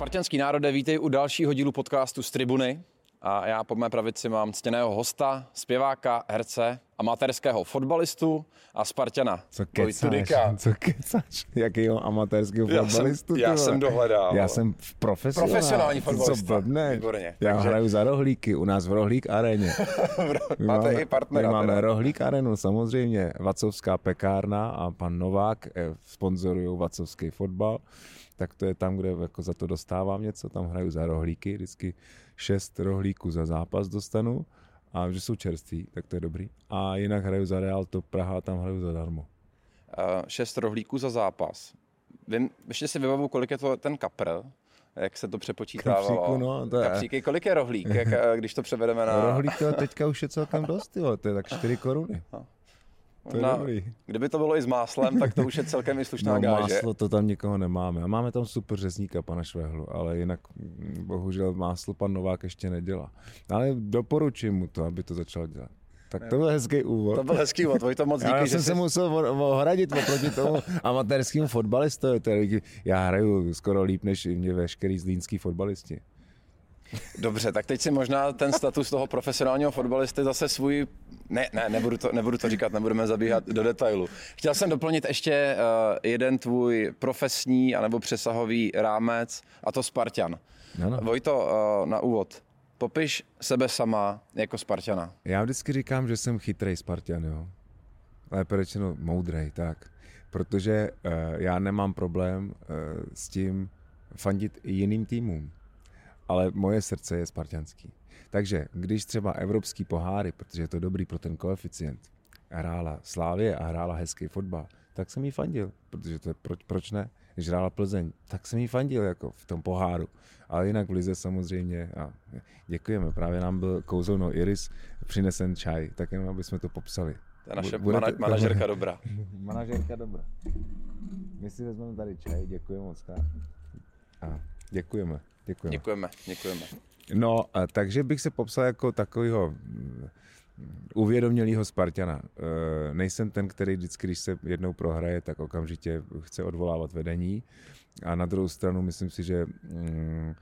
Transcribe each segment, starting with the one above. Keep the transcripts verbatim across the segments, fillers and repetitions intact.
Spartanský národe, vítej u dalšího dílu podcastu z Tribuny. A já po mé pravici mám ctěného hosta, zpěváka, herce, amatérského fotbalistu a Spartana. Co kecáš? Co kecáš? Jakýho amatérského fotbalistu? Já, jsem, já jsem dohledal. Já jsem v profesionální, profesionální fotbalista. Výborně. Já Takže... hraju za Rohlíky, u nás v Rohlík aréně. Máte máme, i partnera. My máme Rohlík arénu, samozřejmě. Vacovská pekárna a pan Novák sponzorují Vacovský fotbal. Tak to je tam, kde jako za to dostávám něco, tam hraju za rohlíky, vždycky šest rohlíků za zápas dostanu a že jsou čerství, tak to je dobrý. A jinak hraju za Real Top Praha a tam hraju zadarmo. Uh, šest rohlíků za zápas. Vím, ještě si vybavu, kolik je to ten kapr, jak se to přepočítávalo. Kapříku, no, to je... Kapříky, kolik je rohlík, jak, když to převedeme na... Rohlík to teďka už je celkem dost, jo, to je tak čtyři koruny. No. To je na, dobrý. Kdyby to bylo i s máslem, tak to už je celkem i slušná no, gáže. Máslo to tam nikoho nemáme. A máme tam super řezníka, pana Švehlu, ale jinak bohužel máslo pan Novák ještě nedělá. Ale doporučím mu to, aby to začal dělat. Tak to byl hezký úvod. To byl hezký úvod, Vojto, moc díky. Já že jsem jsi... se musel ohradit oproti tomu amatérskému fotbalistovi. Já hraju skoro líp než mě veškerý zlínský fotbalisti. Dobře, tak teď si možná ten status toho profesionálního fotbalisty zase svůj... Ne, ne, nebudu to, nebudu to říkat, nebudeme zabíhat do detailu. Chtěl jsem doplnit ještě uh, jeden tvůj profesní anebo přesahový rámec, a to Spartan. Ano. Vojto, uh, na úvod, popiš sebe sama jako Spartana. Já vždycky říkám, že jsem chytrej Spartan, jo. Lépe řečeno moudrej, tak. Protože uh, já nemám problém uh, s tím fandit i jiným týmům. Ale moje srdce je spartanský. Takže když třeba evropský poháry, protože je to dobrý pro ten koeficient, hrála Slávie a hrála hezký fotbal, tak jsem jí fandil, protože to je proč, proč ne? Když hrála Plzeň, tak jsem jí fandil jako v tom poháru. Ale jinak v lize samozřejmě, a děkujeme, právě nám byl kouzelnou Iris přinesen čaj, tak jenom aby jsme to popsali. To je naše Budete, manažerka dobrá. Manažerka dobrá. My si vezmeme tady čaj, děkujeme moc. A děkujeme. Děkujeme. Děkujeme, děkujeme. No, a takže bych se popsal jako takovýho uvědomělého Spartana. E, nejsem ten, který vždycky, když se jednou prohraje, tak okamžitě chce odvolávat vedení. A na druhou stranu myslím si, že mm,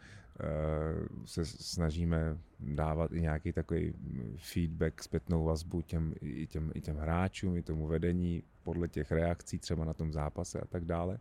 e, se snažíme dávat i nějaký takový feedback, zpětnou vazbu těm, i, těm, i těm hráčům, i tomu vedení podle těch reakcí třeba na tom zápase a tak dále.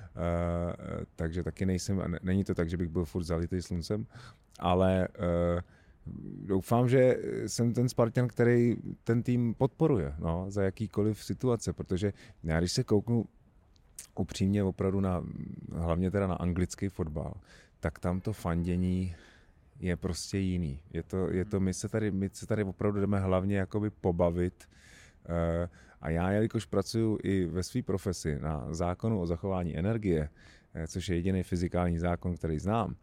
Uh, takže taky nejsem, není to tak, že bych byl furt zalitý sluncem, ale uh, doufám, že jsem ten Spartan, který ten tým podporuje, no, za jakýkoliv situace, protože já když se kouknu upřímně opravdu na, hlavně teda na anglický fotbal, tak tam to fandění je prostě jiný. Je to, je to, my se tady, my se tady opravdu jdeme hlavně jakoby pobavit. Uh, a já, jelikož pracuji i ve své profesi na zákonu o zachování energie, což je jediný fyzikální zákon, který znám,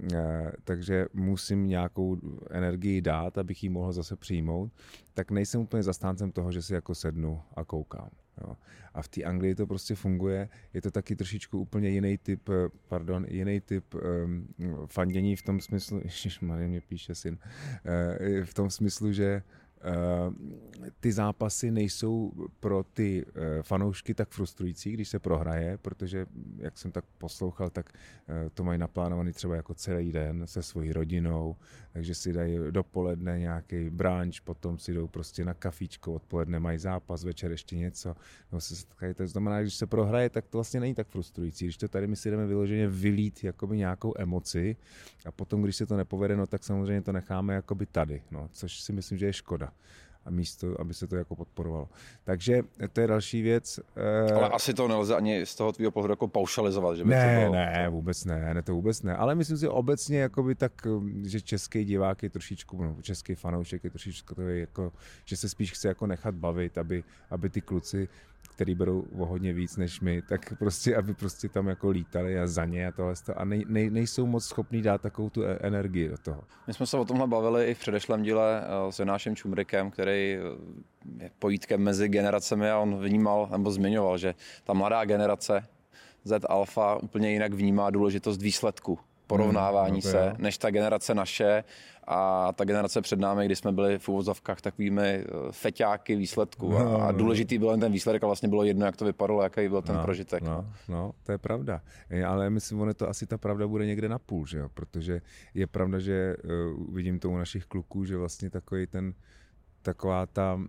takže musím nějakou energii dát, abych ji mohl zase přijmout, tak nejsem úplně zastáncem toho, že si jako sednu a koukám. Jo. A v té Anglii to prostě funguje, je to taky trošičku úplně jiný typ, pardon, jiný typ um, fandění v tom smyslu, ježišmarja, mě píše syn, uh, v tom smyslu, že Uh, ty zápasy nejsou pro ty uh, fanoušky tak frustrující, když se prohraje, protože, jak jsem tak poslouchal, tak uh, to mají naplánovaný třeba jako celý den se svojí rodinou, takže si dají dopoledne nějaký brunch, potom si jdou prostě na kafíčko, odpoledne mají zápas, večer ještě něco, no se setkají. To znamená, když se prohraje, tak to vlastně není tak frustrující. Když to tady my si jdeme vyloženě vylít jakoby nějakou emoci a potom, když se to nepovede, no tak samozřejmě to necháme jakoby tady, no, což si myslím, že je škoda. A místo, aby se to jako podporovalo. Takže to je další věc. Ale asi to nelze ani z toho tvýho pohledu jako paušalizovat, že by ne, to bylo... Ne, vůbec ne, ne, to vůbec ne. Ale myslím si obecně, jakoby tak, že český divák je trošičku, no, český fanoušek je trošičku to je jako, že se spíš chce jako nechat bavit, aby, aby ty kluci, který berou o hodně víc než my, tak prostě, aby prostě tam jako lítali a za ně a tohle a nej, nej, nejsou moc schopní dát takovou tu energii do toho. My jsme se o tomhle bavili i v předešlém díle s Jonášem Čumrikem, který je pojítkem mezi generacemi a on vnímal, nebo zmiňoval, že ta mladá generace Z Alfa úplně jinak vnímá důležitost výsledku porovnávání hmm, no se, jo. než ta generace naše a ta generace před námi, kdy jsme byli v uvozovkách takovými feťáky výsledků. No, a no, důležitý byl jen ten výsledek a vlastně bylo jedno, jak to vypadalo, jaký byl ten no, prožitek. No, no, to je pravda. Ale myslím, ono to asi ta pravda bude někde na půl, že jo? Protože je pravda, že uh, vidím to u našich kluků, že vlastně takový ten, taková ta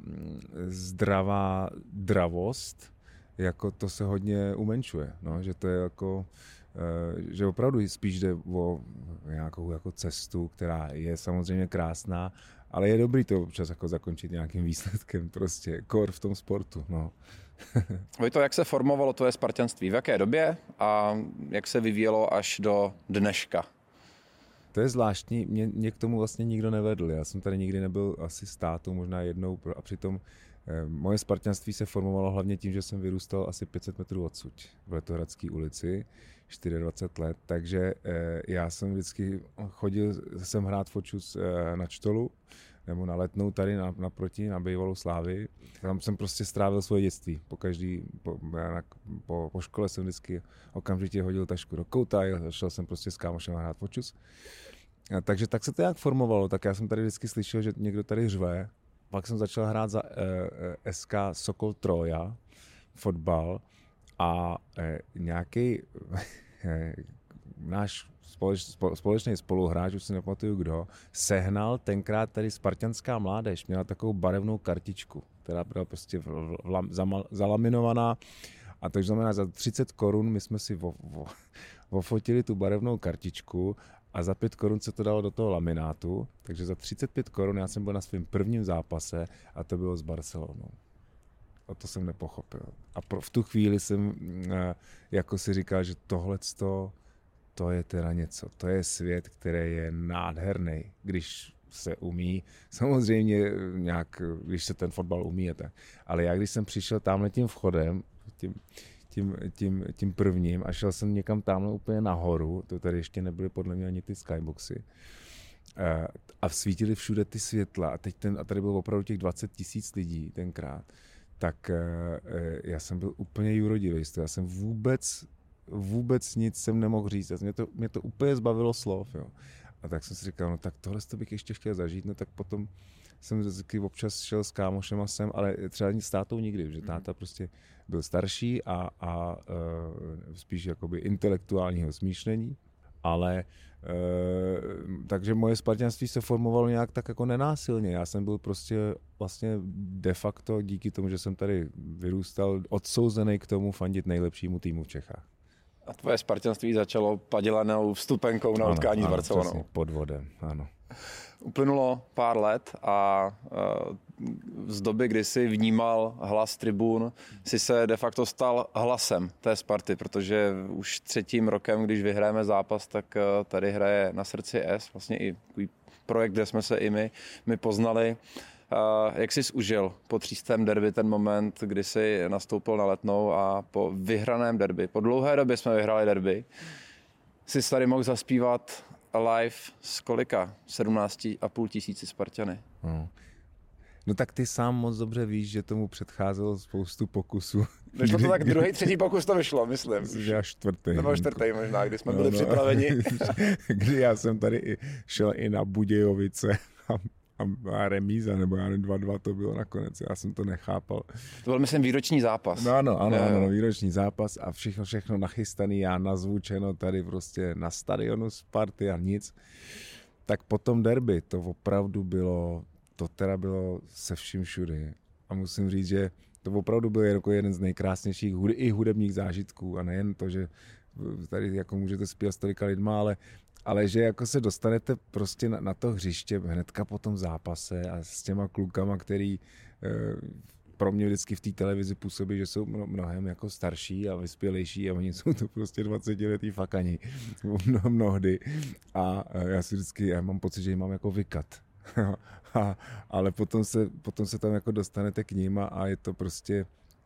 zdravá dravost, jako to se hodně umenšuje, no? Že to je jako, že opravdu spíš jde o nějakou jako cestu, která je samozřejmě krásná, ale je dobrý to občas jako zakončit nějakým výsledkem, prostě kor v tom sportu. No. Vojto, jak se formovalo tvoje spartanství? V jaké době a jak se vyvíjelo až do dneška? To je zvláštní, mě, mě k tomu vlastně nikdo nevedl. Já jsem tady nikdy nebyl asi s tátou, možná jednou, a přitom eh, moje spartanství se formovalo hlavně tím, že jsem vyrůstal asi pět set metrů odsud, v Letohradské ulici, dvacet čtyři let, takže eh, já jsem vždycky chodil jsem hrát fočus eh, na Čtolu, nebo na Letnou tady na, naproti, na bývalou Slávy. Tam jsem prostě strávil svoje dětství. Po každý, po, po, po škole jsem vždycky okamžitě hodil tašku do kouta a šel jsem prostě s kámošem hrát fočus. A takže tak se to nějak formovalo, tak já jsem tady vždycky slyšel, že někdo tady řve. Pak jsem začal hrát za eh, S K Sokol Troja, fotbal a eh, nějaký eh, náš Společ, společný spoluhráč, už si nepamatuju kdo, sehnal tenkrát tady spartanská mládež, měla takovou barevnou kartičku, která byla prostě v, v, v, zamal, zalaminovaná a to znamená za třicet korun my jsme si vo, vo, vofotili tu barevnou kartičku a za pět korun se to dalo do toho laminátu, takže za třicet pět korun já jsem byl na svém prvním zápase a to bylo s Barcelonou. A to jsem nepochopil. A pro, v tu chvíli jsem jako si říkal, že tohleto to je teda něco, to je svět, který je nádherný, když se umí, samozřejmě nějak, když se ten fotbal umí, tak. Ale já když jsem přišel tamhle tím vchodem, tím, tím, tím, tím prvním a šel jsem někam tamhle úplně nahoru, to tady ještě nebyly podle mě ani ty skyboxy, a svítily všude ty světla a teď ten, a tady bylo opravdu těch dvacet tisíc lidí tenkrát, tak já jsem byl úplně jurodivý, já jsem vůbec vůbec nic jsem nemohl říct. Mě to, mě to úplně zbavilo slov. Jo. A tak jsem si říkal, no tak tohle to bych ještě chtěl zažít, no tak potom jsem vždycky občas šel s kámošema sem, ale třeba ani s tátou nikdy, že táta prostě byl starší a, a uh, spíš jakoby intelektuálního smýšlení, ale uh, takže moje spartanství se formovalo nějak tak jako nenásilně. Já jsem byl prostě vlastně de facto díky tomu, že jsem tady vyrůstal, odsouzený k tomu fandit nejlepšímu týmu v Čechách. A tvoje spartanství začalo padělanou vstupenkou na utkání s Barcelonou. Ano, podvodem, ano. Uplynulo pár let a uh, z doby, kdy jsi vnímal hlas tribun, si se de facto stal hlasem té Sparty, protože už třetím rokem, když vyhrajeme zápas, tak uh, tady hraje Na srdci S, vlastně i takový projekt, kde jsme se i my, my poznali. Uh, jak jsi užil po třístém derby ten moment, kdy jsi nastoupil na Letnou a po vyhraném derby, po dlouhé době jsme vyhráli derby, jsi tady mohl zaspívat live s kolika? sedmnáct a půl tisíci Spartany. No. no tak ty sám moc dobře víš, že tomu předcházelo spoustu pokusů. Vyšlo to tak druhý, třetí pokus to vyšlo, myslím. Myslím, že až čtvrtý. Nebo čtvrtý možná, kdy jsme no, byli no. připraveni. Kdy já jsem tady i šel i na Budějovice a a remíza, nebo já nevím, dva dva to bylo nakonec, já jsem to nechápal. To byl, myslím, výroční zápas. No ano, ano, ano, výroční zápas a všechno, všechno nachystaný, já nazvučeno tady prostě na stadionu Sparty a nic. Tak potom derby, to opravdu bylo, to teda bylo se vším všudy. A musím říct, že to opravdu byl jako jeden z nejkrásnějších i hudebních zážitků a nejen to, že tady jako můžete zpívat s tolika lidma, ale Ale že jako se dostanete prostě na, na to hřiště hnedka po tom zápase a s těma klukama, který e, pro mě vždycky v té televizi působí, že jsou mno, mnohem jako starší a vyspělejší a oni jsou to prostě dvacetiletí fakani mno, mnohdy. A e, já si vždycky, já mám pocit, že jim mám jako vykat. a, ale potom se, potom se tam jako dostanete k ním a je to prostě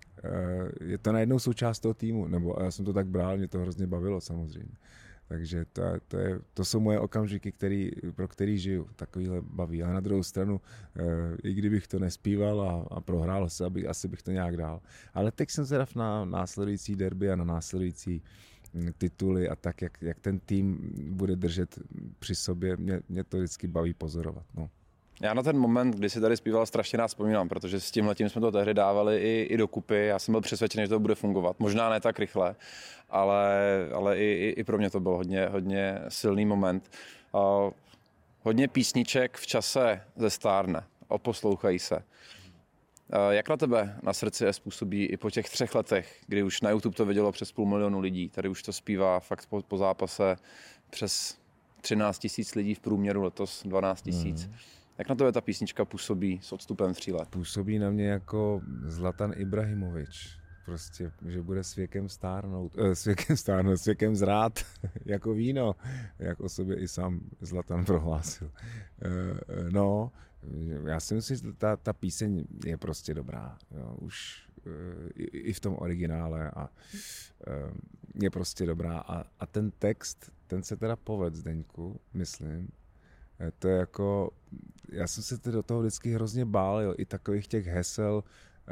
e, je to najednou součást toho týmu, nebo já jsem to tak bral, mě to hrozně bavilo samozřejmě. Takže to, to, je, to jsou moje okamžiky, který, pro který žiju, takovýhle baví. Ale na druhou stranu, e, i kdybych to nespíval a, a prohrál se, aby, asi bych to nějak dál. Ale teď jsem zvědav na následující derby a na následující tituly a tak, jak, jak ten tým bude držet při sobě, mě, mě to vždycky baví pozorovat. No. Já na ten moment, kdy si tady zpíval, strašně rád vzpomínám, protože s tímhletím jsme to tehdy dávali i, i dokupy. Já jsem byl přesvědčený, že to bude fungovat. Možná ne tak rychle, ale, ale i, i, i pro mě to byl hodně, hodně silný moment. Uh, hodně písniček v čase zestárne, oposlouchají se. Uh, jak na tebe na srdci je způsobí i po těch třech letech, kdy už na YouTube to vidělo přes půl milionu lidí, tady už to zpívá fakt po, po zápase přes třináct tisíc lidí v průměru, letos dvanáct tisíc. Mm. Jak na tebe ta písnička působí s odstupem tří let? Působí na mě jako Zlatan Ibrahimovič. Prostě, že bude s věkem stárnout, eh, s věkem stárnout, s věkem zrát, jako víno, jak o sobě i sám Zlatan prohlásil. Eh, no, já si myslím, že ta, ta píseň je prostě dobrá. Jo, už eh, i, i v tom originále a eh, je prostě dobrá. A, a ten text, ten se teda povedl, Zdeňku, myslím. To je jako, já jsem se do toho vždycky hrozně bál, jo, i takových těch hesel,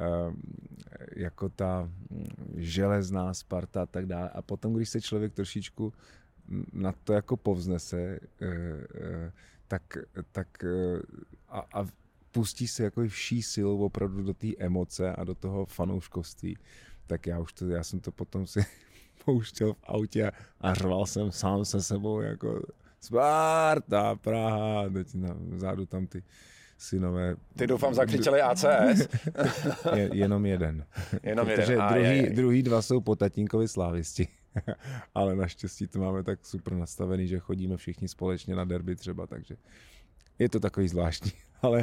jako ta železná Sparta a tak dále. A potom, když se člověk trošičku na to jako povznese, tak, tak a, a pustí se jako vší silou opravdu do té emoce a do toho fanouškovství, tak já už to, já jsem to potom si pouštěl v autě a řval jsem sám se sebou jako Sparta, Praha, teď na zádu tam ty synové. Ty doufám zakřičeli A C S. Je, jenom jeden. Jenom Protože jeden. druhý, je, je. druhý dva jsou po tatínkovi slávisti. Ale naštěstí to máme tak super nastavený, že chodíme všichni společně na derby třeba, takže je to takový zvláštní, ale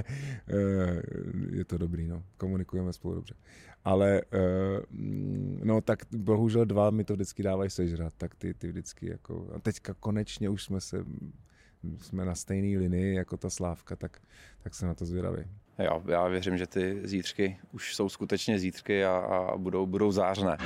je to dobrý, no. Komunikujeme spolu dobře. Ale no tak bohužel dva mi to vždycky dávají sežrat, tak ty, ty vždycky jako, a teďka konečně už jsme se, jsme na stejné linii jako ta Slávka, tak, tak se na to zvědavý. Jo, já věřím, že ty zítřky už jsou skutečně zítřky a, a budou, budou zářné.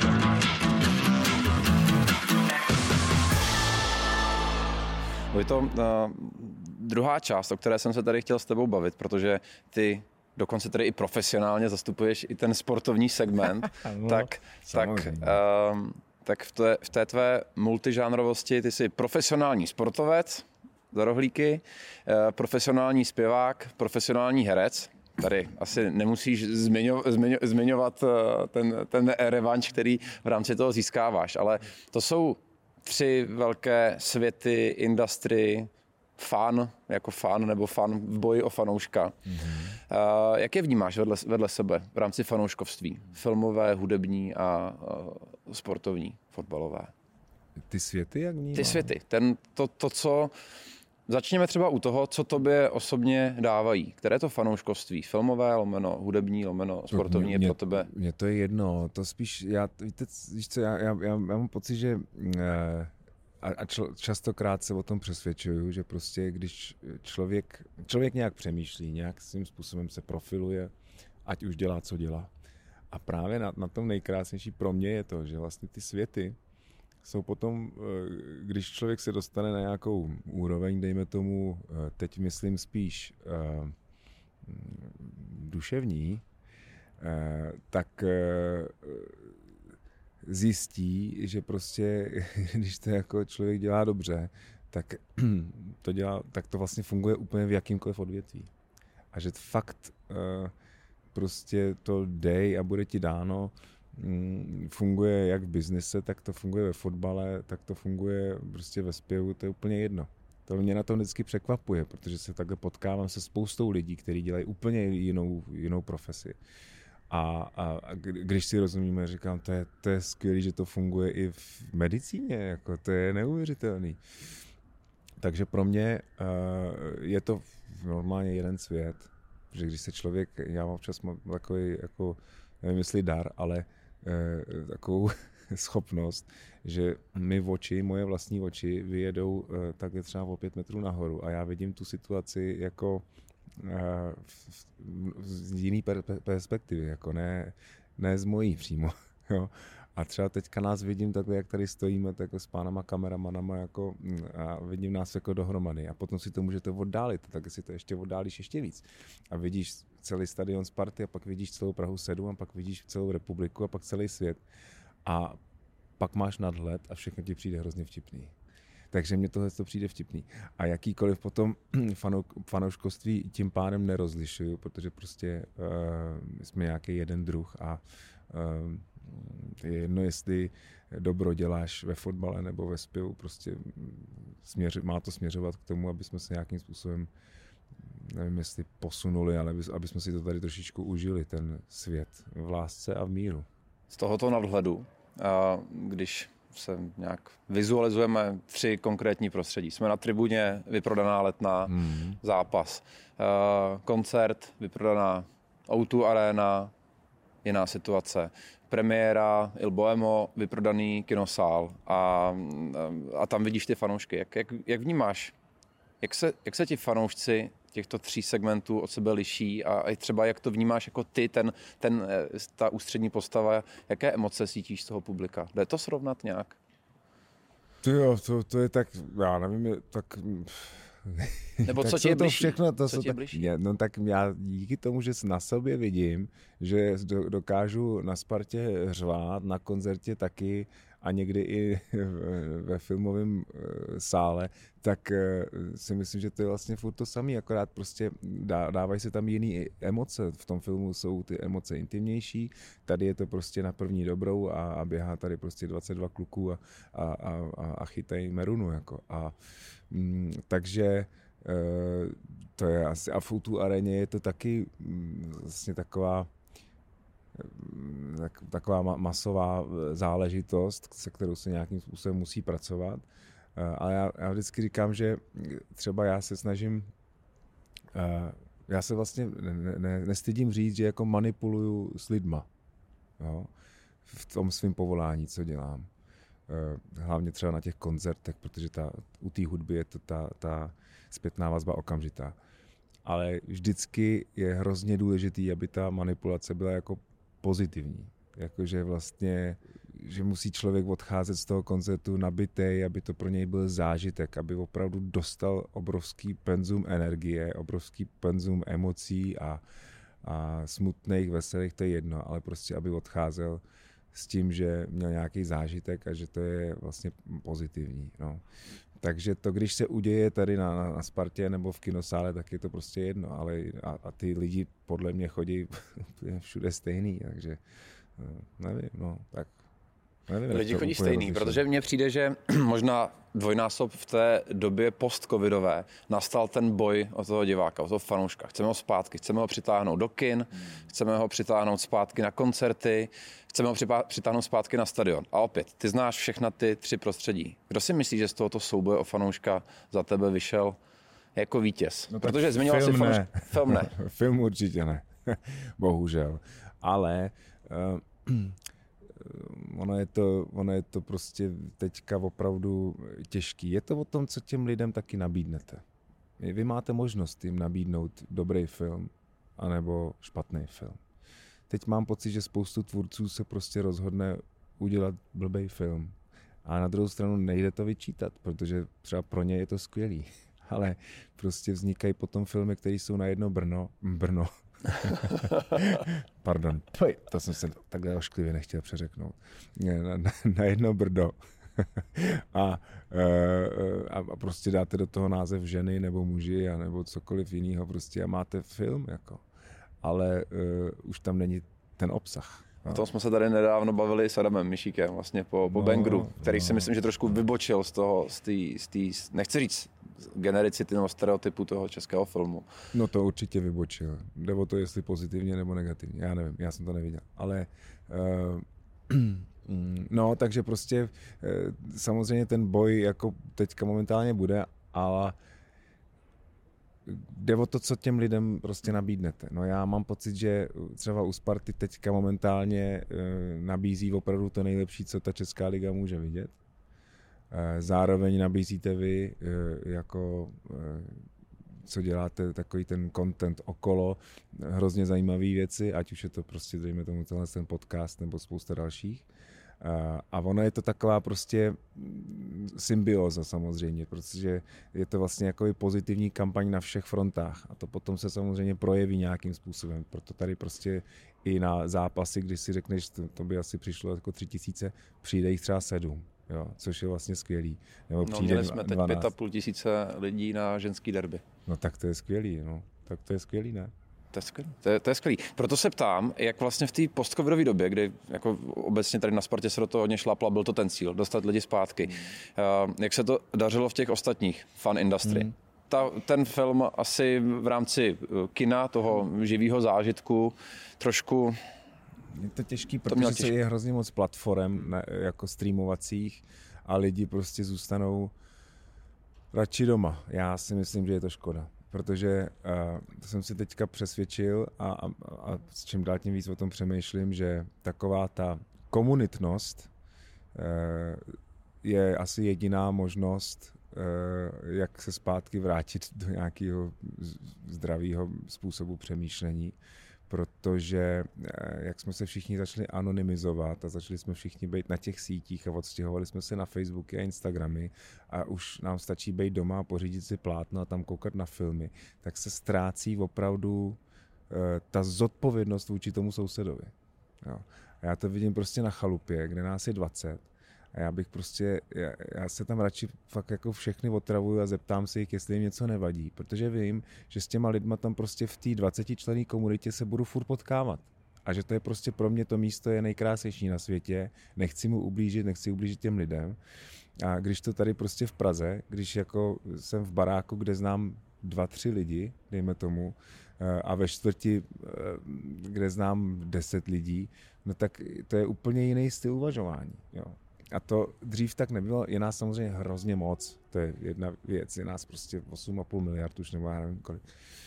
Vojto, uh, druhá část, o které jsem se tady chtěl s tebou bavit, protože ty dokonce tady i profesionálně zastupuješ i ten sportovní segment, no, tak, tak, uh, tak v, té, v té tvé multižánrovosti ty jsi profesionální sportovec, za rohlíky, uh, profesionální zpěvák, profesionální herec. Tady asi nemusíš zmiňo, zmiňo, zmiňovat uh, ten, ten revanš, který v rámci toho získáváš, ale to jsou tři velké světy, industry, fan, jako fan nebo fan v boji o fanouška. Mm-hmm. Uh, jak je vnímáš vedle, vedle sebe v rámci fanouškovství? Filmové, hudební a uh, sportovní, fotbalové. Ty světy jak vnímáš? Ty světy. Ten, to, to, co... Začněme třeba u toho, co tobě osobně dávají. Které to fanouškovství? Filmové, lomeno hudební, lomeno sportovní mě, je pro tebe? Mně to je jedno. To spíš, já, víte, víš co, já, já, já mám pocit, že a, a čl, častokrát se o tom přesvědčuju, že prostě když člověk, člověk nějak přemýšlí, nějak svým způsobem se profiluje, ať už dělá, co dělá. A právě na, na tom nejkrásnější pro mě je to, že vlastně ty světy jsou potom, když člověk se dostane na nějakou úroveň, dejme tomu, teď myslím spíš uh, duševní, uh, tak uh, zjistí, že prostě, když to jako člověk dělá dobře, tak to, dělá, tak to vlastně funguje úplně v jakýmkoliv odvětví. A že fakt uh, prostě to dej a bude ti dáno, funguje jak v biznise, tak to funguje ve fotbale, tak to funguje prostě ve zpěvu, to je úplně jedno. To mě na tom vždycky překvapuje, protože se takhle potkávám se spoustou lidí, kteří dělají úplně jinou, jinou profesi. A, a, a když si rozumíme, říkám, to je, to je skvělé, že to funguje i v medicíně, jako to je neuvěřitelný. Takže pro mě uh, je to normálně jeden svět, že když se člověk, já mám občas takový, jako, nevím jestli dar, ale eh, takovou schopnost, že my oči, moje vlastní oči vyjedou eh, takhle třeba o pět metrů nahoru a já vidím tu situaci jako eh, v, v, z jiný per, perspektivy, jako ne, ne z mojí přímo. Jo. A třeba teďka nás vidím takhle, jak tady stojíme tak jako s pánama kameramanama jako, a vidím nás jako dohromady a potom si to můžete oddálit, tak si to ještě oddálíš ještě víc. A vidíš celý stadion Sparty a pak vidíš celou Prahu sedm a pak vidíš celou republiku a pak celý svět. A pak máš nadhled a všechno ti přijde hrozně vtipný. Takže mně tohle to přijde vtipný. A jakýkoliv potom fanou, fanouškovství tím pádem nerozlišuju, protože prostě uh, jsme nějaký jeden druh a uh, je jedno, jestli dobro děláš ve fotbale nebo ve zpěvu, prostě směř, má to směřovat k tomu, aby jsme se nějakým způsobem, nevím jestli posunuli, ale aby, aby jsme si to tady trošičku užili, ten svět v lásce a v míru. Z tohoto nadhledu, když se nějak vizualizujeme tři konkrétní prostředí. Jsme na tribuně, vyprodaná Letná, hmm. zápas. Koncert, vyprodaná ó dva Arena, jiná situace. Premiéra Il Bohemo, vyprodaný kinosál a, a tam vidíš ty fanoušky. Jak, jak, jak vnímáš, jak se, jak se ti fanoušci těchto tří segmentů od sebe liší a, a třeba jak to vnímáš jako ty, ten, ten, ta ústřední postava, jaké emoce cítíš z toho publika? Jde to srovnat nějak? To jo, to, to je tak, já nevím, tak... Nebo co ti je bližší? Všechno, to co jsou ti je tak, bližší? já, no tak já díky tomu, že na sobě vidím, že dokážu na Spartě řvát, na koncertě taky a někdy i ve filmovém sále, tak si myslím, že to je vlastně furt to samé, akorát prostě dávají se tam jiné emoce. V tom filmu jsou ty emoce intimnější, tady je to prostě na první dobrou a, a běhá tady prostě dvacet dva kluků a, a, a, a chytají merunu. Jako. A, mm, takže to je asi, a v ó dva aréně je to taky vlastně taková tak, taková masová záležitost, se kterou se nějakým způsobem musí pracovat. Ale já, já vždycky říkám, že třeba já se snažím, já se vlastně ne, ne, nestydím říct, že jako manipuluju s lidma, jo, v tom svém povolání, co dělám. Hlavně třeba na těch koncertech, protože ta, u té hudby je to ta, ta zpětná vazba okamžitá. Ale vždycky je hrozně důležitý, aby ta manipulace byla jako pozitivní. Jakože vlastně, že musí člověk odcházet z toho koncertu nabitej, aby to pro něj byl zážitek, aby opravdu dostal obrovský penzum energie, obrovský penzum emocí a, a smutných, veselých, to je jedno, ale prostě, aby odcházel s tím, že měl nějaký zážitek a že to je vlastně pozitivní. No. Takže to, když se uděje tady na, na Spartě nebo v kinosále, tak je to prostě jedno, ale a, a ty lidi podle mě chodí všude stejný, takže nevím, no, tak nevím. Lidi chodí stejný, rozlišit. Protože mně přijde, že možná dvojnásob v té době post-covidové nastal ten boj o toho diváka, o toho fanouška. Chceme ho zpátky, chceme ho přitáhnout do kin, hmm. chceme ho přitáhnout zpátky na koncerty, chceme ho přitáhnout zpátky na stadion. A opět, ty znáš všechna ty tři prostředí. Kdo si myslí, že z tohoto souboje o fanouška za tebe vyšel jako vítěz? No protože zmiňoval si fanouška. Film ne. Film určitě ne. Bohužel. Ale uh, ono je to, ono je to prostě teďka opravdu těžký. Je to o tom, co těm lidem taky nabídnete. Vy máte možnost jim nabídnout dobrý film anebo špatný film. Teď mám pocit, že spoustu tvůrců se prostě rozhodne udělat blbej film. A na druhou stranu nejde to vyčítat, protože třeba pro ně je to skvělý. Ale prostě vznikají potom filmy, které jsou na jedno Brno. Brno. Pardon, to jsem se takhle ošklivě nechtěl přeřeknout. Na, na, na jedno Brdo. a, a, a prostě dáte do toho název ženy nebo muži a nebo cokoliv jiného prostě a máte film jako. Ale uh, už tam není ten obsah. O tom jsme se tady nedávno bavili s Adamem Mišíkem vlastně po, po no, Bangru, který no. si myslím, že trošku vybočil z toho, z té, z té, nechci říct genericity nebo stereotypu toho českého filmu. No to určitě vybočil. Jde o to, jestli pozitivně nebo negativně. Já nevím, já jsem to neviděl. Ale uh, no, takže prostě uh, samozřejmě ten boj jako teďka momentálně bude, ale jde o to, co těm lidem prostě nabídnete. No já mám pocit, že třeba u Sparty teďka momentálně e, nabízí opravdu to nejlepší, co ta Česká liga může vidět. E, zároveň nabízíte vy, e, jako e, co děláte, takový ten content okolo, hrozně zajímavé věci, ať už je to prostě, dejme tomu tenhle ten podcast nebo spousta dalších. A ono je to taková prostě symbioza samozřejmě, protože je to vlastně jako i pozitivní kampaň na všech frontách a to potom se samozřejmě projeví nějakým způsobem. Proto tady prostě i na zápasy, když si řekneš, to, to by asi přišlo jako tři tisíce, přijde jich třeba sedm. Jo, což je vlastně skvělý. Nebo no, měli jsme teď pět a půl tisíce lidí na ženský derby. No tak to je skvělý, no. Tak to je skvělý, ne? To je skvělý. To je, to je skvělý. Proto se ptám, jak vlastně v té postcovidové době, kdy jako obecně tady na Spartě se do toho hodně šlapla, byl to ten cíl, dostat lidi zpátky. Hmm. Uh, jak se to dařilo v těch ostatních fan industry? Hmm. Ta, ten film asi v rámci kina, toho živého zážitku, trošku... Je to těžký, protože to je hrozně moc platform ne, jako streamovacích a lidi prostě zůstanou radši doma. Já si myslím, že je to škoda, protože uh, to jsem si teďka přesvědčil a, a, a s čím dál tím víc o tom přemýšlím, že taková ta komunitnost uh, je asi jediná možnost, uh, jak se zpátky vrátit do nějakého zdravého způsobu přemýšlení. Protože jak jsme se všichni začali anonymizovat a začali jsme všichni být na těch sítích a odstěhovali jsme se na Facebooky a Instagramy a už nám stačí být doma a pořídit si plátno a tam koukat na filmy, tak se ztrácí opravdu ta zodpovědnost vůči tomu sousedovi. Jo. A já to vidím prostě na chalupě, kde nás je dvacet. A já bych prostě, já, já se tam radši fakt jako všechny otravuju a zeptám se jich, jestli jim něco nevadí, protože vím, že s těma lidma tam prostě v té dvacetičlenné komunitě se budu furt potkávat. A že to je prostě pro mě to místo je nejkrásnější na světě, nechci mu ublížit, nechci ublížit těm lidem. A když to tady prostě v Praze, když jako jsem v baráku, kde znám dva, tři lidi, dejme tomu, a ve čtvrti, kde znám deset lidí, no tak to je úplně jiný styl uvažování, jo. A to dřív tak nebylo, je nás samozřejmě hrozně moc, to je jedna věc, je nás prostě osm a půl miliard už, nebo já nevím kolik.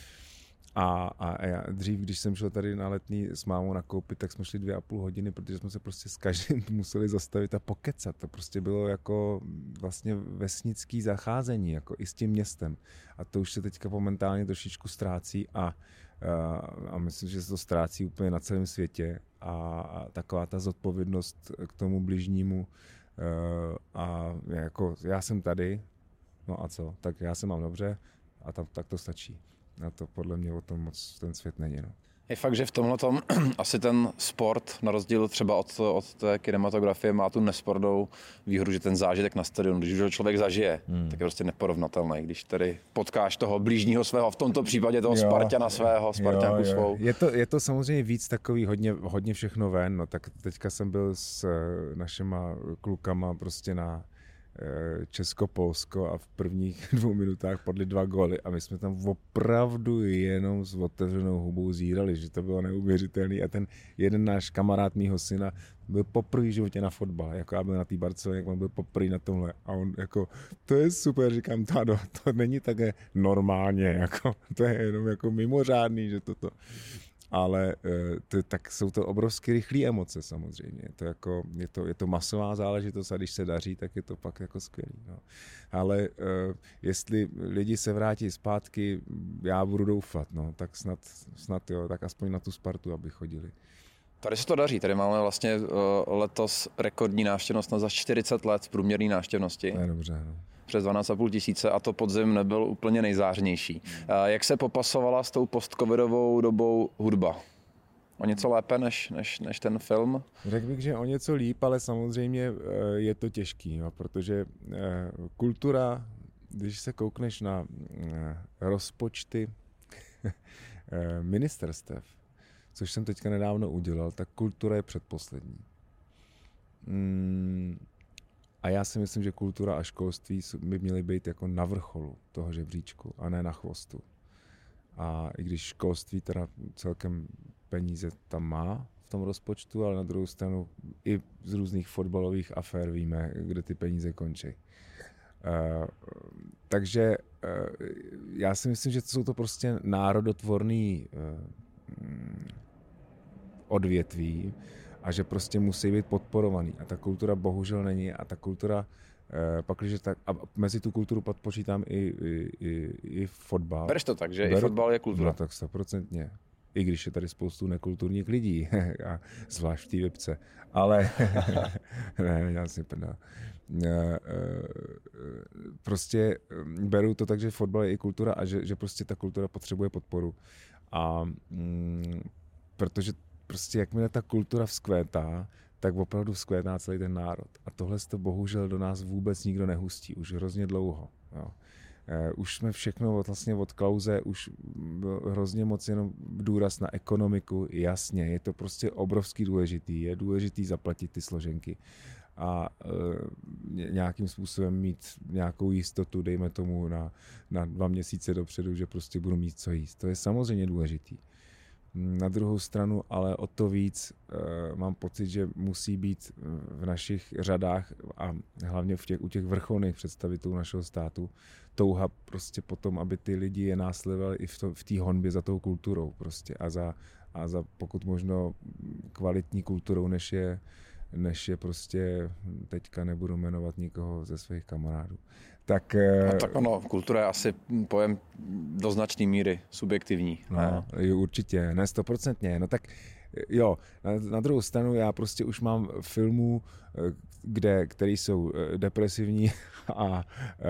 A, a já dřív, když jsem šel tady na Letný s mámou nakoupit, tak jsme šli dvě a půl hodiny, protože jsme se prostě s každým museli zastavit a pokecat. To prostě bylo jako vlastně vesnický zacházení, jako i s tím městem. A to už se teďka momentálně trošičku ztrácí a, a, a myslím, že se to ztrácí úplně na celém světě. A, a taková ta zodpovědnost k tomu bližnímu a jako já jsem tady, no a co, tak já se mám dobře a tam, tak to stačí. A to podle mě o tom moc ten svět není. No. Je fakt, že v tomhletom asi ten sport, na rozdíl třeba od, od té kinematografie, má tu nespornou výhodu, že ten zážitek na stadionu, když už člověk zažije, hmm. tak je prostě neporovnatelný. Když tady potkáš toho blížního svého, v tomto případě toho jo, Spartana svého, Spartanku jo, jo. svou. Je to, je to samozřejmě víc takový hodně, hodně všechno ven, no tak teďka jsem byl s našima klukama prostě na Česko-Polsko a v prvních dvou minutách padly dva góly a my jsme tam opravdu jenom s otevřenou hubou zírali, že to bylo neuvěřitelné a ten jeden náš kamarád mýho syna byl poprvé v životě na fotbal, jako já byl na té Barceloně, jak on byl poprvé na tomhle a on jako, to je super, říkám, tádo, to není také normálně, jako, to je jenom jako mimořádný, že toto. Ale to, tak jsou to obrovsky rychlé emoce samozřejmě. Je to, jako, je, to, je to masová záležitost a když se daří, tak je to pak jako skvělý. No. Ale uh, jestli lidi se vrátí zpátky, já budu doufat, no, tak snad, snad jo, tak aspoň na tu Spartu, aby chodili. Tady se to daří, tady máme vlastně uh, letos rekordní návštěvnost na za čtyřicet let průměrné návštěvnosti. To je dobře, no. Přes dvanáct a půl tisíce a to podzim nebyl úplně nejzářnější. Jak se popasovala s tou postcovidovou dobou hudba? O něco lépe než, než, než ten film? Řekl bych, že o něco líp, ale samozřejmě je to těžký, jo, protože kultura, když se koukneš na rozpočty ministerstev, což jsem teďka nedávno udělal, tak kultura je předposlední. Hmm. A já si myslím, že kultura a školství by měly být jako na vrcholu toho žebříčku a ne na chvostu. A i když školství teda celkem peníze tam má v tom rozpočtu, ale na druhou stranu i z různých fotbalových afér víme, kde ty peníze končí. Uh, takže uh, já si myslím, že to jsou to prostě národotvorný uh, odvětví, a že prostě musí být podporovaný. A ta kultura bohužel není. A ta kultura, eh, pakliže tak, a mezi tu kulturu podpočítám i, i, i, i fotbal. Bereš to tak, že Beru, i fotbal je kultura? No tak stoprocentně. I když je tady spoustu nekulturních lidí, a zvlášť v té Vipce. Ale ne, já si prdá. Prostě beru to tak, že fotbal je i kultura a že, že prostě ta kultura potřebuje podporu. A mm, protože prostě jakmile ta kultura vzkvétá, tak opravdu vzkvétá celý ten národ. A tohle to bohužel do nás vůbec nikdo nehustí, už hrozně dlouho. Jo. Už jsme všechno vlastně od Klause, už hrozně moc jenom důraz na ekonomiku, jasně, je to prostě obrovský důležitý, je důležitý zaplatit ty složenky a e, nějakým způsobem mít nějakou jistotu, dejme tomu na, na dva měsíce dopředu, že prostě budu mít co jíst. To je samozřejmě důležitý. Na druhou stranu, ale o to víc e, mám pocit, že musí být v našich řadách a hlavně v těch, u těch vrcholných představitelů našeho státu touha prostě potom, aby ty lidi je následovali i v, to, v té honbě za tou kulturou prostě a za, a za pokud možno kvalitní kulturou, než je, než je prostě, teďka nebudu jmenovat nikoho ze svých kamarádů. Tak, no, tak ono, kultura je asi pojem do značné míry subjektivní. No, ne? Určitě, ne stoprocentně. No tak jo, na, na druhou stranu já prostě už mám filmů, kde, které jsou depresivní a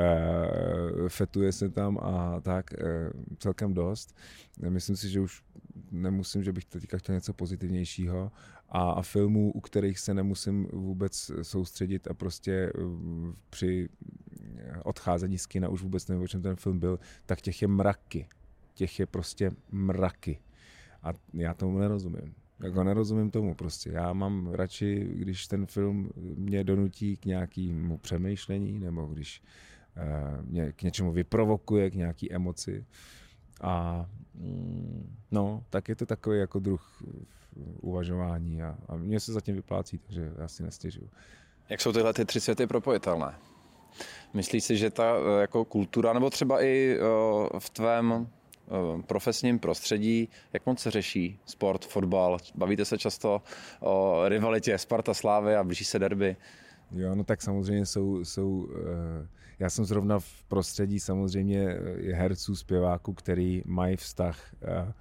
e, fetuje se tam a tak e, celkem dost. Myslím si, že už nemusím, že bych teďka chtěl něco pozitivnějšího a, a filmů, u kterých se nemusím vůbec soustředit a prostě při odcházení z kina už vůbec nevím, o čem ten film byl, tak těch je mraky. Těch je prostě mraky. A já tomu nerozumím. Jako nerozumím tomu prostě. Já mám radši, když ten film mě donutí k nějakému přemýšlení, nebo když uh, mě k něčemu vyprovokuje, k nějaký emoci. A mm, no, tak je to takový jako druh uvažování a, a mně se zatím vyplácí, takže já si nestěžuju. Jak jsou tyhle ty tři světy propojitelné? Myslíš si, že ta jako kultura, nebo třeba i uh, v tvém profesním prostředí, jak moc se řeší sport, fotbal? Bavíte se často o rivalitě Sparta Slávy a blíží se derby? Jo, no tak samozřejmě jsou, jsou já jsem zrovna v prostředí samozřejmě herců, zpěváků, který mají vztah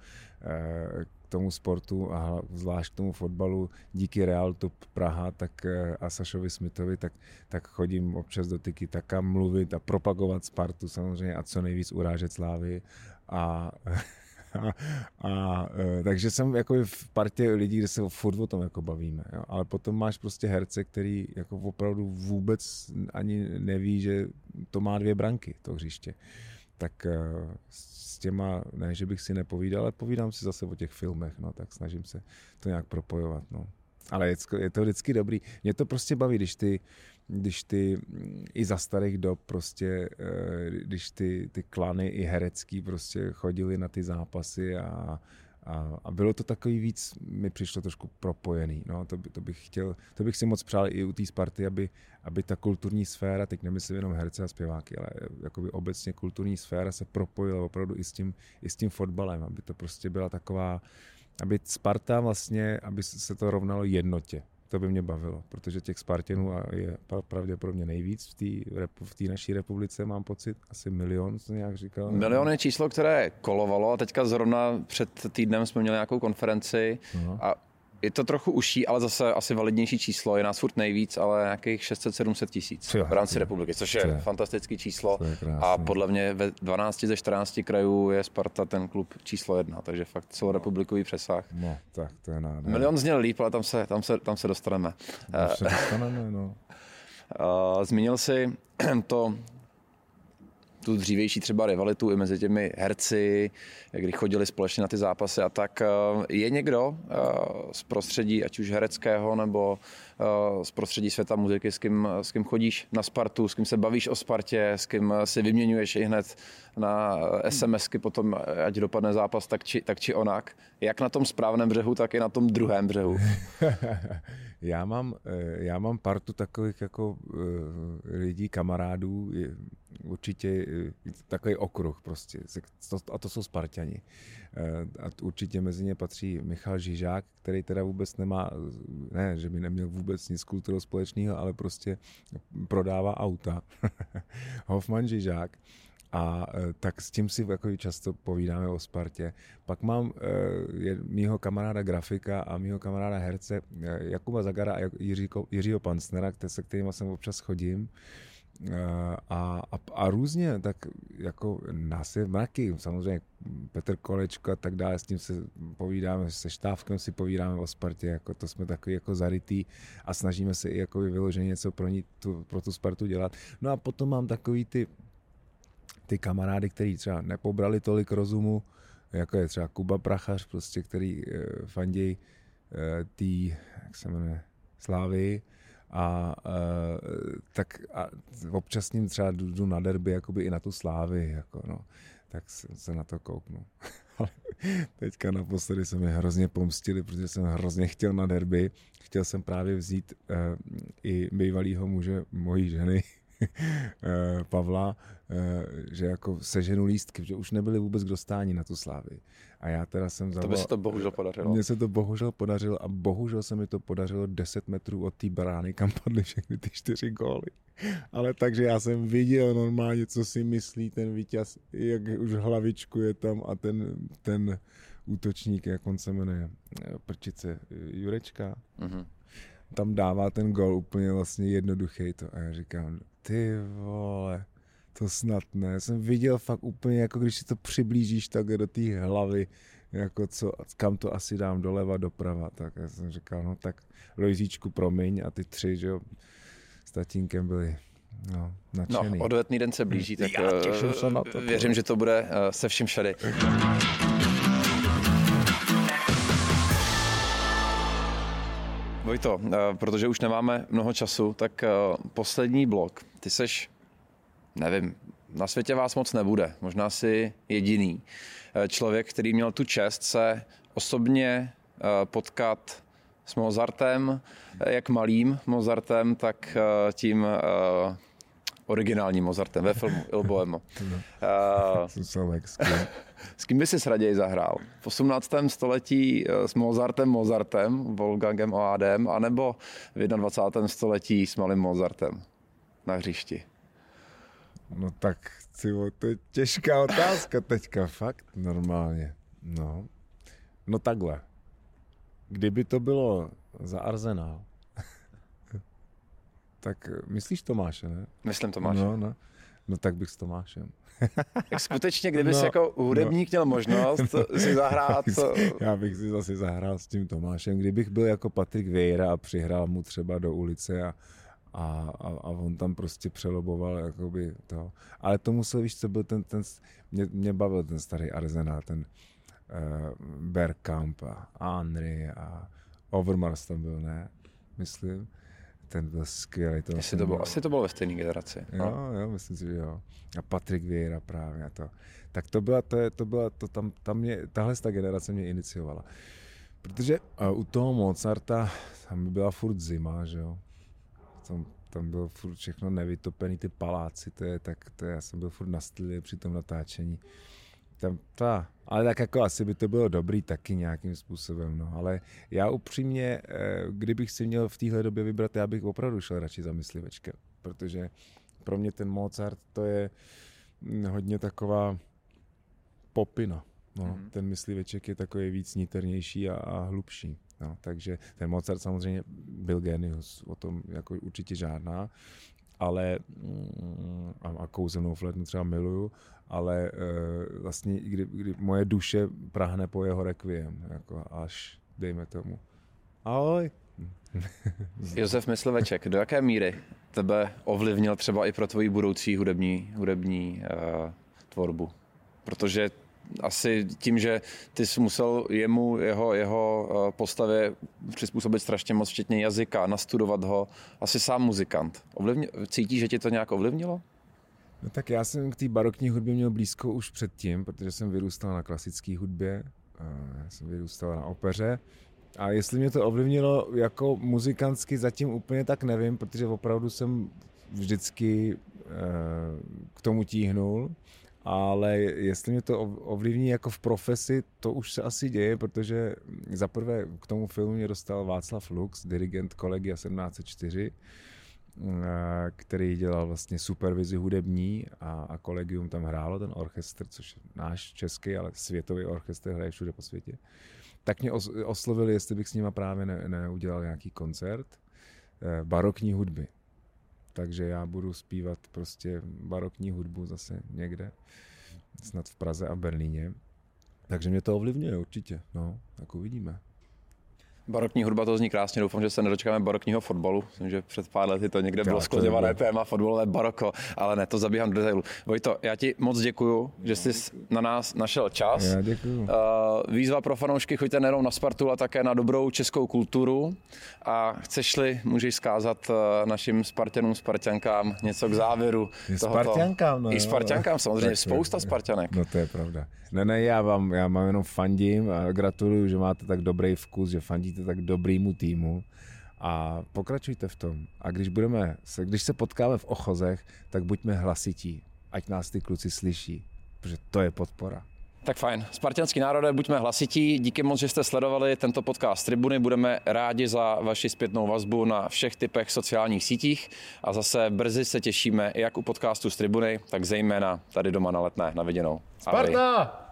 k tomu sportu a zvlášť k tomu fotbalu díky Real Top Praha tak, a Sašovi Smithovi, tak, tak chodím občas do Tiki Taka mluvit a propagovat Spartu samozřejmě a co nejvíc urážet Slávy. A, a, a takže jsem jako v partě lidí, kde se furt o tom jako bavíme, jo. Ale potom máš prostě herce, který jako opravdu vůbec ani neví, že to má dvě branky, to hřiště. Tak s těma, ne, že bych si nepovídal, ale povídám si zase o těch filmech, no, tak snažím se to nějak propojovat, no. Ale je, je to vždycky dobrý. Mě to prostě baví, když ty když ty i za starých dob prostě, když ty, ty klany i herecký prostě chodili na ty zápasy a, a, a bylo to takový víc, mi přišlo trošku propojený, no, to, by, to bych chtěl, to bych si moc přál i u té Sparty, aby, aby ta kulturní sféra, teď nemyslím jenom herce a zpěváky, ale jakoby obecně kulturní sféra se propojila opravdu i s tím, i s tím fotbalem, aby to prostě byla taková, aby Sparta vlastně, aby se to rovnalo jednotě. To by mě bavilo, protože těch Spartanů je pravděpodobně nejvíc v té v té naší republice, mám pocit, asi milion, co nějak říkal. Milion je číslo, které kolovalo a teďka zrovna před týdnem jsme měli nějakou konferenci uh-huh. a je to trochu užší, ale zase asi validnější číslo, je nás furt nejvíc, ale nějakých šest set sedm set tisíc v rámci republiky, což je, je fantastické číslo je a podle mě ve dvanácti ze čtrnácti krajů je Sparta ten klub číslo jedna, takže fakt celorepublikový přesah. No, tak to je nádherné. Milion zněl líp, ale tam se, tam se, tam se dostaneme. Tam se dostaneme, no. Zmínil jsi to, tu dřívější třeba rivalitu i mezi těmi herci, kdy chodili společně na ty zápasy a tak. Je někdo z prostředí, ať už hereckého, nebo z prostředí světa muziky, s kým, s kým chodíš na Spartu, s kým se bavíš o Spartě, s kým si vyměňuješ i hned na SMSky potom, ať dopadne zápas tak či, tak či onak. Jak na tom správném břehu, tak i na tom druhém břehu. Já mám, já mám partu takových jako lidí, kamarádů, určitě takový okruh prostě, a to jsou Sparťani. A určitě mezi ně patří Michal Žižák, který teda vůbec nemá, ne, že by neměl vůbec nic s kulturou společného, ale prostě prodává auta. Hofman Žižák. A tak s tím si jako často povídáme o Spartě. Pak mám je, mýho kamaráda grafika a mýho kamaráda herce Jakuba Zagara a Jiříko, Jiřího Pancnera, se kterými jsem občas chodím. A, a, a různě, tak jako nás je mraky, samozřejmě Petr Kolečko a tak dále, s tím se povídáme, se Štávkem si povídáme o Spartě, jako to jsme takový jako zarytý a snažíme se i jako vyloženě něco pro, ní, tu, pro tu Spartu dělat. No a potom mám takový ty, ty kamarády, kteří třeba nepobrali tolik rozumu, jako je třeba Kuba Prachař, prostě, který uh, fandějí uh, tý, jak se jmenuje, Slávy. A uh, tak a občas ním třeba jdu na derby, jakoby i na tu Slávy, jako no, tak se, se na to kouknu. Ale teďka naposledy se mi hrozně pomstili, protože jsem hrozně chtěl na derby. Chtěl jsem právě vzít uh, i bývalýho muže mojí ženy, Pavla, že jako seženu lístky, že už nebyli vůbec k dostání na tu Slávy. A já teda jsem zavolal... To by se to bohužel podařilo. Mně se to bohužel podařilo a bohužel se mi to podařilo deset metrů od té brány, kam padly všechny ty čtyři góly. Ale takže já jsem viděl normálně, co si myslí ten vítěz, jak už hlavičku je tam a ten, ten útočník, jak on se jmenuje, Prčice, Jurečka. Mm-hmm. Tam dává ten gól úplně vlastně jednoduchý to a já říkám, ty vole, to snad ne. Já jsem viděl fakt úplně, jako když si to přiblížíš tak do té hlavy, jako co, kam to asi dám doleva, doprava, tak já jsem říkal, no tak Lojzíčku, promiň, a ty tři, že jo, s tatínkem byli no, nadšený. No, odvetný den se blíží, tak já těším se na to, věřím, to. že to bude se vším všady. Vojto, protože už nemáme mnoho času, tak poslední blok. Ty seš, nevím, na světě vás moc nebude, možná si jediný člověk, který měl tu čest se osobně potkat s Mozartem, jak malým Mozartem, tak tím originálním Mozartem ve filmu Il Bohemo. Uh, s kým by si raději zahrál? V osmnáctém století s Mozartem Mozartem, Wolfgangem Oadem, anebo v dvacátém prvním století s malým Mozartem na hřišti? No tak, civo, to je těžká otázka teďka, fakt, normálně. No, no takhle. Kdyby to bylo za Arsenal, tak myslíš Tomáše, ne? Myslím Tomáše. No, no, no tak bych s Tomášem. Tak skutečně, kdybys no, jako hudebník no. měl možnost si zahrát... Já bych si zase zahrál s tím Tomášem. Kdybych byl jako Patrik Vieira a přihrál mu třeba do ulice a, a, a, a on tam prostě přeloboval jakoby to. Ale to musel, víš, co byl ten... ten mě, mě bavil ten starý Arsenal, ten uh, Bergkamp a Henry a Overmars tam byl, ne? Myslím. Ten byl skvělý. To asi, to bylo, asi to bylo ve stejné generaci. Jo, no? jo, myslím si, že jo. A Patrik Vieira právě a to. Tak to byla, to, to byla, to tam, tam mě, tahle ta generace mě iniciovala. Protože uh, u toho Mozarta tam byla furt zima, že jo. Tam, tam bylo furt všechno nevytopený, ty paláci, to je, tak to je, já jsem byl furt nastlivý při tom natáčení. Tam, ta, ale tak jako asi by to bylo dobrý taky nějakým způsobem, no. Ale já upřímně, kdybych si měl v téhle době vybrat, já bych opravdu šel radši za myslivečkem, protože pro mě ten Mozart to je hodně taková popina. No. Mm-hmm. Ten mysliveček je takový víc niternější a, a hlubší. No. Takže ten Mozart samozřejmě byl genius, o tom jako určitě žádná, ale a, a kouzelnou flétnu třeba miluju, ale e, vlastně kdy, kdy moje duše prahne po jeho rekviem, jako až dejme tomu. Ahoj. Josef Mysliveček, do jaké míry tebe ovlivnil třeba i pro tvoji budoucí hudební, hudební uh, tvorbu? Protože asi tím, že ty jsi musel jemu, jeho, jeho postavě přizpůsobit strašně moc, včetně jazyka, nastudovat ho, asi sám muzikant. Ovlivni, cítíš, že tě to nějak ovlivnilo? No tak já jsem k té barokní hudbě měl blízko už předtím, protože jsem vyrůstal na klasické hudbě, já jsem vyrůstal na opeře. A jestli mě to ovlivnilo jako muzikantsky, zatím úplně tak nevím, protože opravdu jsem vždycky k tomu tíhnul. Ale jestli mě to ovlivní jako v profesi, to už se asi děje, protože zaprvé k tomu filmu mě dostal Václav Lux, dirigent Collegia sedmnáct set čtyři který dělal vlastně supervizi hudební a, a kolegium tam hrálo, ten orchestr, což je náš český, ale světový orchestr, hraje všude po světě. Tak mě oslovili, jestli bych s nima právě ne, neudělal nějaký koncert barokní hudby. Takže já budu zpívat prostě barokní hudbu zase někde, snad v Praze a Berlíně. Takže mě to ovlivňuje určitě, no, tak uvidíme. Barokní hudba, to zní krásně, doufám, že se nedočkáme barokního fotbalu. Myslím, že před pár lety to někde bylo skloňované téma fotbalové baroko, ale ne, to zabíhám do detailu. Vojto, já ti moc děkuju, že jsi na nás našel čas. Já děkuju. Uh, výzva pro fanoušky, choďte nejenom na Spartu, ale také na dobrou českou kulturu. A chceš-li, můžeš zkázat našim Spartanům, Spartankám něco k závěru. Spartankám, no. I Spartankám, samozřejmě, tak, spousta Spartanek. No to je pravda. Ne, ne, já vám, já vám jenom fandím a gratuluju, že máte tak dobrý vkus, že fandíte tak dobrýmu týmu a pokračujte v tom. A když budeme, když se potkáme v Ochozech, tak buďme hlasití, ať nás ty kluci slyší, protože to je podpora. Tak fajn. Spartanský národe, buďme hlasití. Díky moc, že jste sledovali tento podcast Tribuny. Budeme rádi za vaši zpětnou vazbu na všech typech sociálních sítích a zase brzy se těšíme jak u podcastu z Tribuny, tak zejména tady doma na Letné. Na viděnou. Sparta!